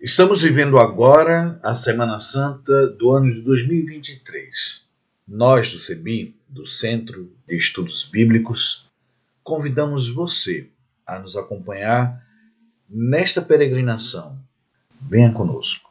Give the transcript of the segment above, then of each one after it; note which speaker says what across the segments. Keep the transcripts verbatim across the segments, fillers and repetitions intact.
Speaker 1: Estamos vivendo agora a Semana Santa do ano de dois mil e vinte e três. Nós do C E B I, do Centro de Estudos Bíblicos, convidamos você a nos acompanhar nesta peregrinação. Venha conosco.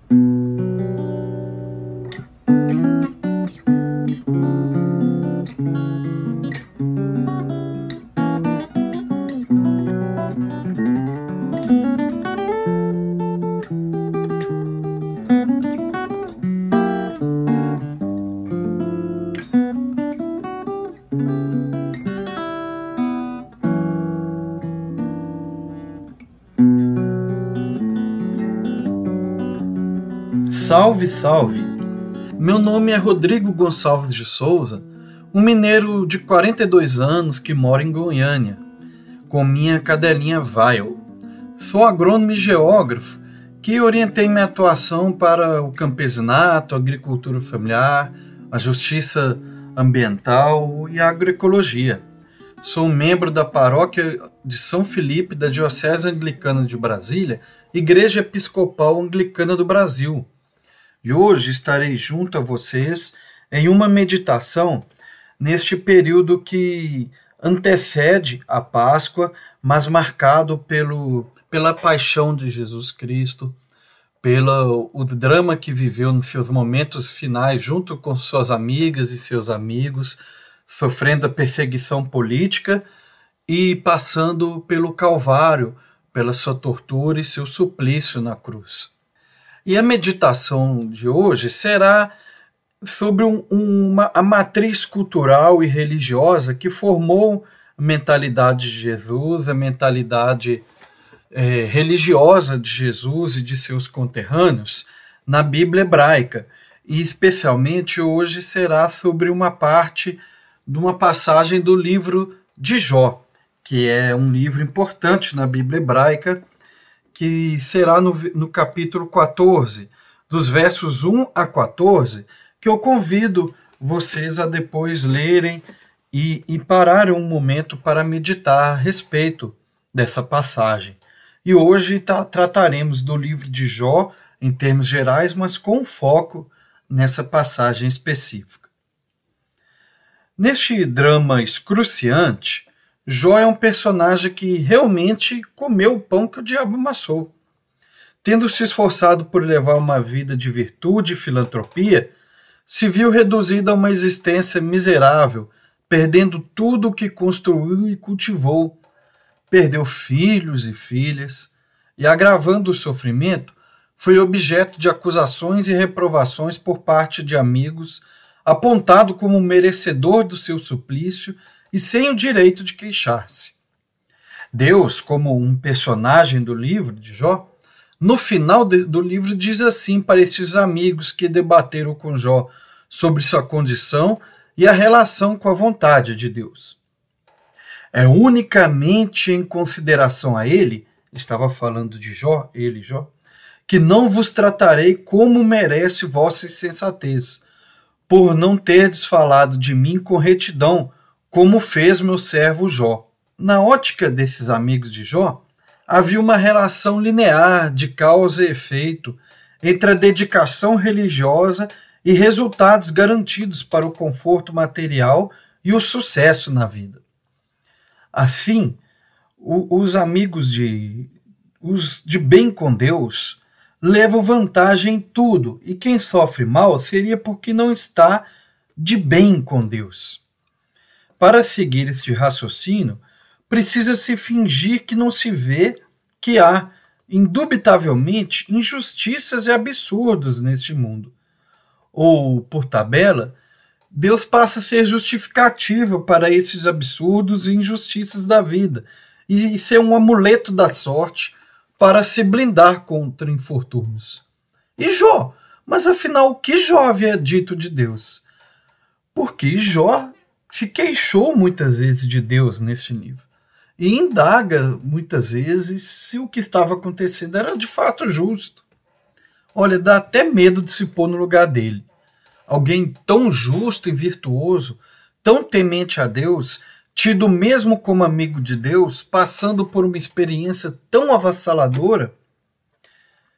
Speaker 2: Salve, salve! Meu nome é Rodrigo Gonçalves de Souza, um mineiro de quarenta e dois anos que mora em Goiânia, com minha cadelinha Vail. Sou agrônomo e geógrafo que orientei minha atuação para o campesinato, a agricultura familiar, a justiça ambiental e a agroecologia. Sou membro da paróquia de São Felipe da Diocese Anglicana de Brasília, Igreja Episcopal Anglicana do Brasil. E hoje estarei junto a vocês em uma meditação neste período que antecede a Páscoa, mas marcado pelo, pela paixão de Jesus Cristo, pelo o drama que viveu nos seus momentos finais junto com suas amigas e seus amigos, sofrendo a perseguição política e passando pelo Calvário, pela sua tortura e seu suplício na cruz. E a meditação de hoje será sobre um, uma, a matriz cultural e religiosa que formou a mentalidade de Jesus, a mentalidade é, religiosa de Jesus e de seus conterrâneos na Bíblia hebraica. E especialmente hoje será sobre uma parte de uma passagem do livro de Jó, que é um livro importante na Bíblia hebraica, que será no, no capítulo quatorze, dos versos um a quatorze, que eu convido vocês a depois lerem e, e pararem um momento para meditar a respeito dessa passagem. E hoje tá, trataremos do livro de Jó em termos gerais, mas com foco nessa passagem específica. Neste drama excruciante, Jó é um personagem que realmente comeu o pão que o diabo amassou. Tendo se esforçado por levar uma vida de virtude e filantropia, se viu reduzido a uma existência miserável, perdendo tudo o que construiu e cultivou. Perdeu filhos e filhas, e agravando o sofrimento, foi objeto de acusações e reprovações por parte de amigos, apontado como merecedor do seu suplício e sem o direito de queixar-se. Deus, como um personagem do livro de Jó, no final de, do livro diz assim para esses amigos que debateram com Jó sobre sua condição e a relação com a vontade de Deus. É unicamente em consideração a ele, estava falando de Jó, ele Jó, que não vos tratarei como merece vossa insensatez, por não terdes falado de mim com retidão, como fez meu servo Jó. Na ótica desses amigos de Jó, havia uma relação linear de causa e efeito entre a dedicação religiosa e resultados garantidos para o conforto material e o sucesso na vida. Assim, o, os amigos de, os de bem com Deus levam vantagem em tudo, e quem sofre mal seria porque não está de bem com Deus. Para seguir este raciocínio, precisa-se fingir que não se vê que há, indubitavelmente, injustiças e absurdos neste mundo. Ou, por tabela, Deus passa a ser justificativa para esses absurdos e injustiças da vida e ser um amuleto da sorte para se blindar contra infortúnios. E Jó? Mas afinal, o que Jó havia dito de Deus? Porque Jó se queixou muitas vezes de Deus neste nível e indaga muitas vezes se o que estava acontecendo era de fato justo. Olha, dá até medo de se pôr no lugar dele. Alguém tão justo e virtuoso, tão temente a Deus, tido mesmo como amigo de Deus, passando por uma experiência tão avassaladora.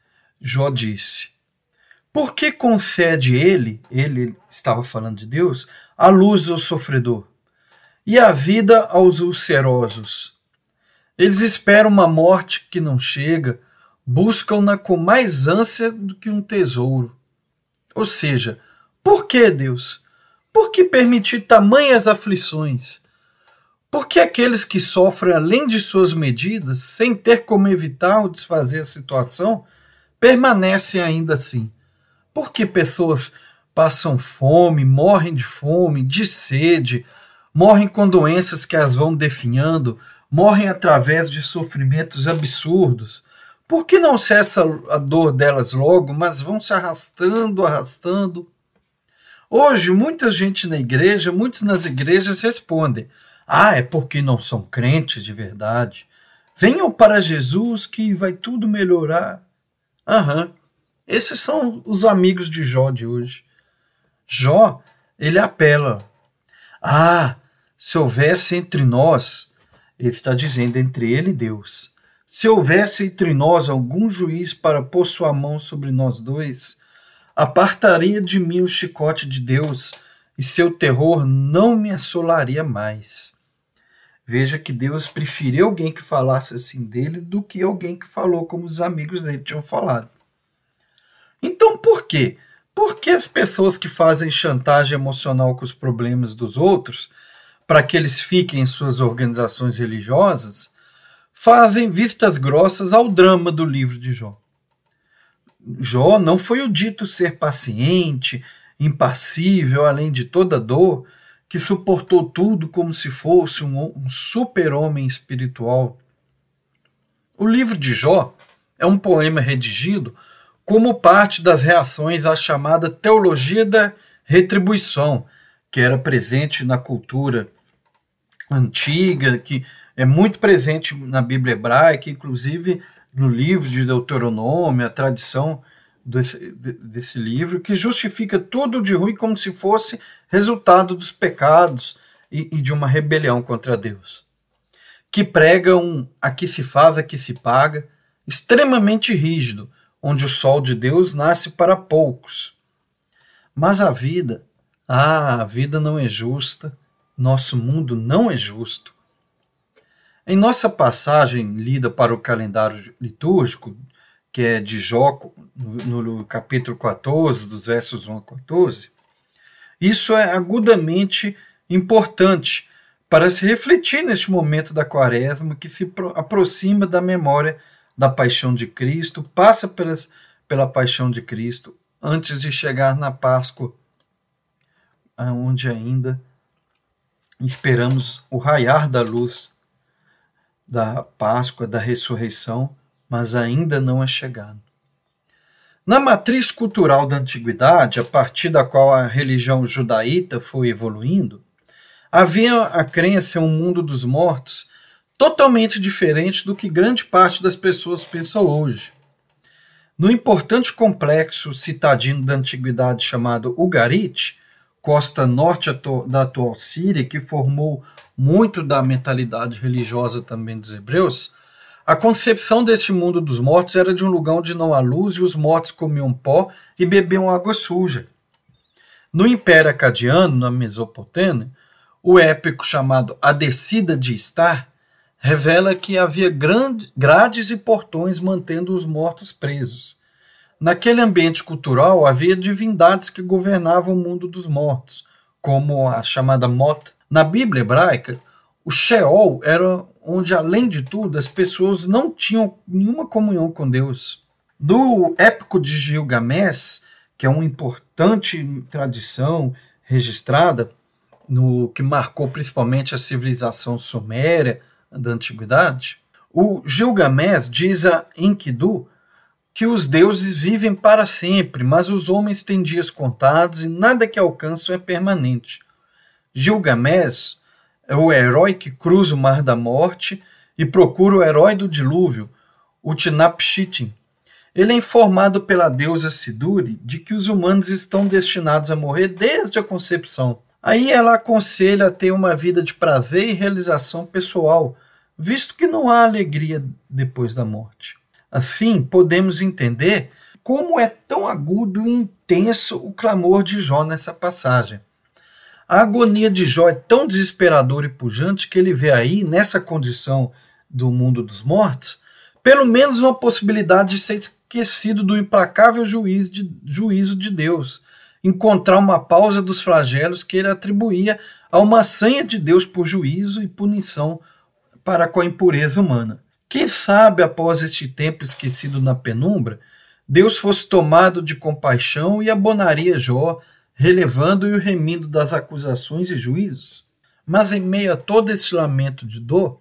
Speaker 2: Jó disse: por que concede ele, ele estava falando de Deus, a luz ao sofredor e a vida aos ulcerosos? Eles esperam uma morte que não chega, buscam-na com mais ânsia do que um tesouro. Ou seja, por que, Deus? Por que permitir tamanhas aflições? Por que aqueles que sofrem além de suas medidas, sem ter como evitar ou desfazer a situação, permanecem ainda assim? Por que pessoas passam fome, morrem de fome, de sede, morrem com doenças que as vão definhando, morrem através de sofrimentos absurdos? Por que não cessa a dor delas logo, mas vão se arrastando, arrastando? Hoje, muita gente na igreja, muitos nas igrejas respondem: ah, é porque não são crentes de verdade. Venham para Jesus que vai tudo melhorar. Aham. Esses são os amigos de Jó de hoje. Jó, ele apela. Ah, se houvesse entre nós, ele está dizendo entre ele e Deus, se houvesse entre nós algum juiz para pôr sua mão sobre nós dois, apartaria de mim o chicote de Deus e seu terror não me assolaria mais. Veja que Deus preferiu alguém que falasse assim dele do que alguém que falou como os amigos dele tinham falado. Então por quê? Por que as pessoas que fazem chantagem emocional com os problemas dos outros, para que eles fiquem em suas organizações religiosas, fazem vistas grossas ao drama do livro de Jó? Jó não foi o dito ser paciente, impassível, além de toda dor, que suportou tudo como se fosse um, um super-homem espiritual. O livro de Jó é um poema redigido como parte das reações à chamada teologia da retribuição, que era presente na cultura antiga, que é muito presente na Bíblia hebraica, inclusive no livro de Deuteronômio, a tradição desse, desse livro, que justifica tudo de ruim como se fosse resultado dos pecados e, e de uma rebelião contra Deus. Que prega um aqui se faz, aqui se paga, extremamente rígido, onde o sol de Deus nasce para poucos. Mas a vida, ah, a vida não é justa, nosso mundo não é justo. Em nossa passagem lida para o calendário litúrgico, que é de Jó, no, no capítulo quatorze, dos versos um a quatorze, isso é agudamente importante para se refletir neste momento da quaresma que se aproxima da memória da paixão de Cristo, passa pelas, pela paixão de Cristo, antes de chegar na Páscoa, onde ainda esperamos o raiar da luz da Páscoa, da ressurreição, mas ainda não é chegado. Na matriz cultural da antiguidade, a partir da qual a religião judaíta foi evoluindo, havia a crença em um mundo dos mortos totalmente diferente do que grande parte das pessoas pensam hoje. No importante complexo citadino da antiguidade chamado Ugarit, costa norte da atual Síria, que formou muito da mentalidade religiosa também dos hebreus, a concepção deste mundo dos mortos era de um lugar onde não há luz e os mortos comiam pó e bebiam água suja. No Império Acadiano, na Mesopotâmia, o épico chamado A Descida de Estar revela que havia grades e portões mantendo os mortos presos. Naquele ambiente cultural havia divindades que governavam o mundo dos mortos, como a chamada Mot. Na Bíblia hebraica, o Sheol era onde, além de tudo, as pessoas não tinham nenhuma comunhão com Deus. No épico de Gilgamesh, que é uma importante tradição registrada, no que marcou principalmente a civilização suméria da antiguidade, o Gilgamesh diz a Enkidu que os deuses vivem para sempre, mas os homens têm dias contados e nada que alcançam é permanente. Gilgamesh é o herói que cruza o mar da morte e procura o herói do dilúvio, Utnapishtim. Ele é informado pela deusa Siduri de que os humanos estão destinados a morrer desde a concepção. Aí ela aconselha a ter uma vida de prazer e realização pessoal, visto que não há alegria depois da morte. Assim, podemos entender como é tão agudo e intenso o clamor de Jó nessa passagem. A agonia de Jó é tão desesperadora e pujante que ele vê aí, nessa condição do mundo dos mortos, pelo menos uma possibilidade de ser esquecido do implacável juízo de, juízo de Deus, encontrar uma pausa dos flagelos que ele atribuía a uma sanha de Deus por juízo e punição para com a impureza humana. Quem sabe, após este tempo esquecido na penumbra, Deus fosse tomado de compaixão e abonaria Jó, relevando e o remindo das acusações e juízos. Mas em meio a todo esse lamento de dor,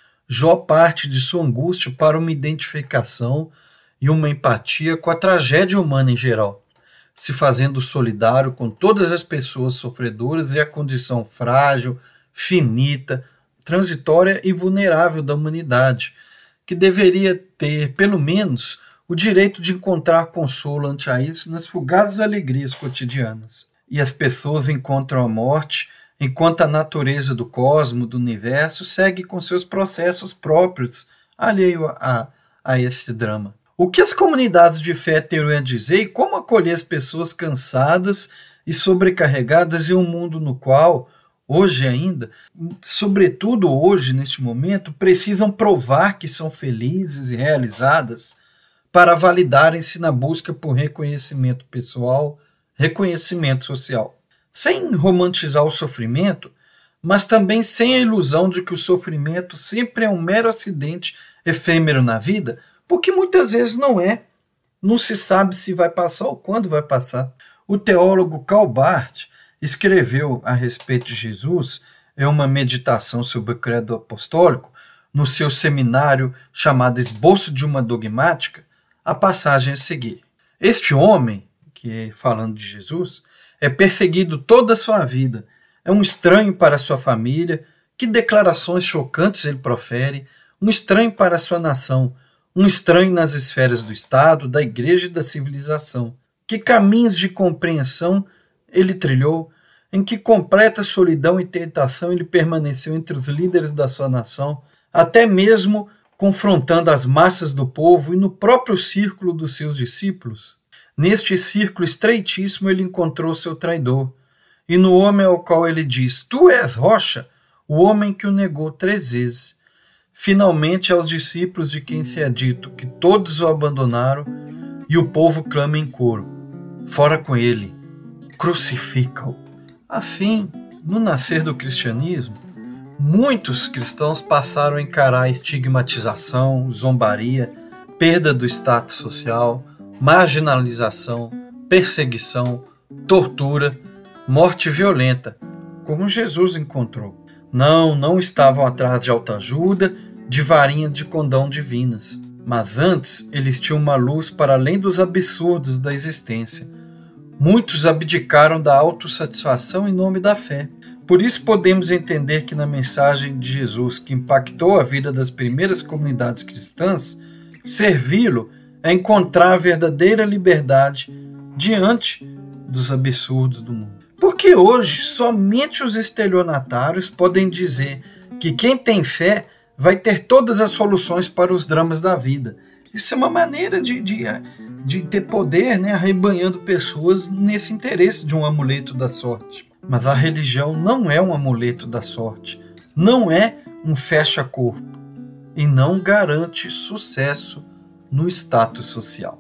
Speaker 2: Jó parte de sua angústia para uma identificação e uma empatia com a tragédia humana em geral, se fazendo solidário com todas as pessoas sofredoras e a condição frágil, finita, transitória e vulnerável da humanidade, que deveria ter, pelo menos, o direito de encontrar consolo ante a isso nas fugazes alegrias cotidianas. E as pessoas encontram a morte, enquanto a natureza do cosmos, do universo, segue com seus processos próprios, alheio a, a esse drama. O que as comunidades de fé teriam a dizer e como acolher as pessoas cansadas e sobrecarregadas em um mundo no qual, hoje ainda, sobretudo hoje, neste momento, precisam provar que são felizes e realizadas para validarem-se na busca por reconhecimento pessoal, reconhecimento social. Sem romantizar o sofrimento, mas também sem a ilusão de que o sofrimento sempre é um mero acidente efêmero na vida, porque muitas vezes não é. Não se sabe se vai passar ou quando vai passar. O teólogo Karl Barth escreveu a respeito de Jesus em uma meditação sobre o credo apostólico, no seu seminário chamado Esboço de uma Dogmática, a passagem a seguir. Este homem, que falando de Jesus, é perseguido toda a sua vida, é um estranho para sua família, que declarações chocantes ele profere, um estranho para sua nação, um estranho nas esferas do Estado, da Igreja e da civilização. Que caminhos de compreensão ele trilhou, em que completa solidão e tentação ele permaneceu entre os líderes da sua nação, até mesmo confrontando as massas do povo e no próprio círculo dos seus discípulos. Neste círculo estreitíssimo ele encontrou seu traidor, e no homem ao qual ele diz, tu és rocha, o homem que o negou três vezes. Finalmente aos discípulos de quem se é dito que todos o abandonaram, e o povo clama em coro, fora com ele, crucifica-o. Assim, no nascer do cristianismo, muitos cristãos passaram a encarar a estigmatização, zombaria, perda do status social, marginalização, perseguição, tortura, morte violenta, como Jesus encontrou. Não, não estavam atrás de autoajuda, de varinha de condão divinas, mas antes eles tinham uma luz para além dos absurdos da existência. Muitos abdicaram da autossatisfação em nome da fé. Por isso podemos entender que na mensagem de Jesus que impactou a vida das primeiras comunidades cristãs, servi-lo é encontrar a verdadeira liberdade diante dos absurdos do mundo. Porque hoje somente os estelionatários podem dizer que quem tem fé vai ter todas as soluções para os dramas da vida. Isso é uma maneira de, de, de ter poder, né, arrebanhando pessoas nesse interesse de um amuleto da sorte. Mas a religião não é um amuleto da sorte, não é um fecha-corpo e não garante sucesso no status social.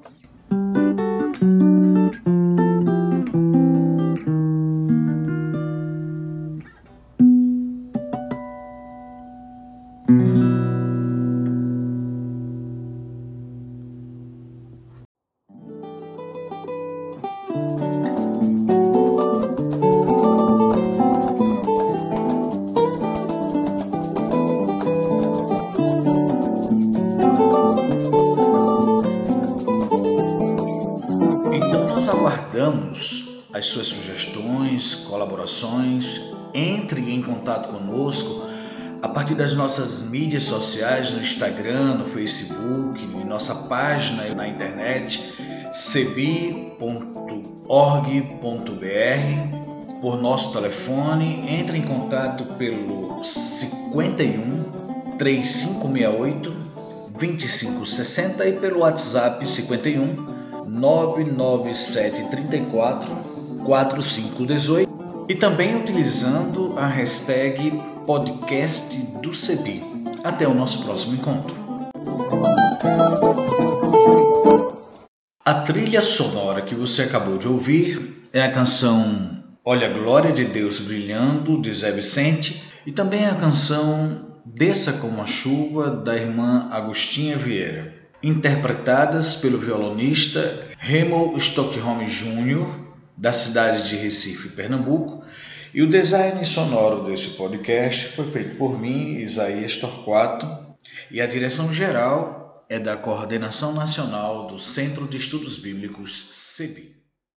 Speaker 1: As suas sugestões, colaborações, entre em contato conosco a partir das nossas mídias sociais, no Instagram, no Facebook, em nossa página na internet, cebi ponto org ponto br, por nosso telefone, entre em contato pelo cinquenta e um, três cinco seis oito, dois cinco seis zero e pelo WhatsApp cinquenta e um, nove nove sete três quatro quatro cinco um oito e também utilizando a hashtag podcast do Cebi. Até o nosso próximo encontro. A trilha sonora que você acabou de ouvir é a canção Olha a Glória de Deus Brilhando, de Zé Vicente, e também a canção Desça Como a Chuva, da irmã Agostinha Vieira, interpretadas pelo violonista Remo Stockholm Júnior, da cidade de Recife, Pernambuco, e o design sonoro desse podcast foi feito por mim, Isaías Torquato, e a direção geral é da Coordenação Nacional do Centro de Estudos Bíblicos, Cebi.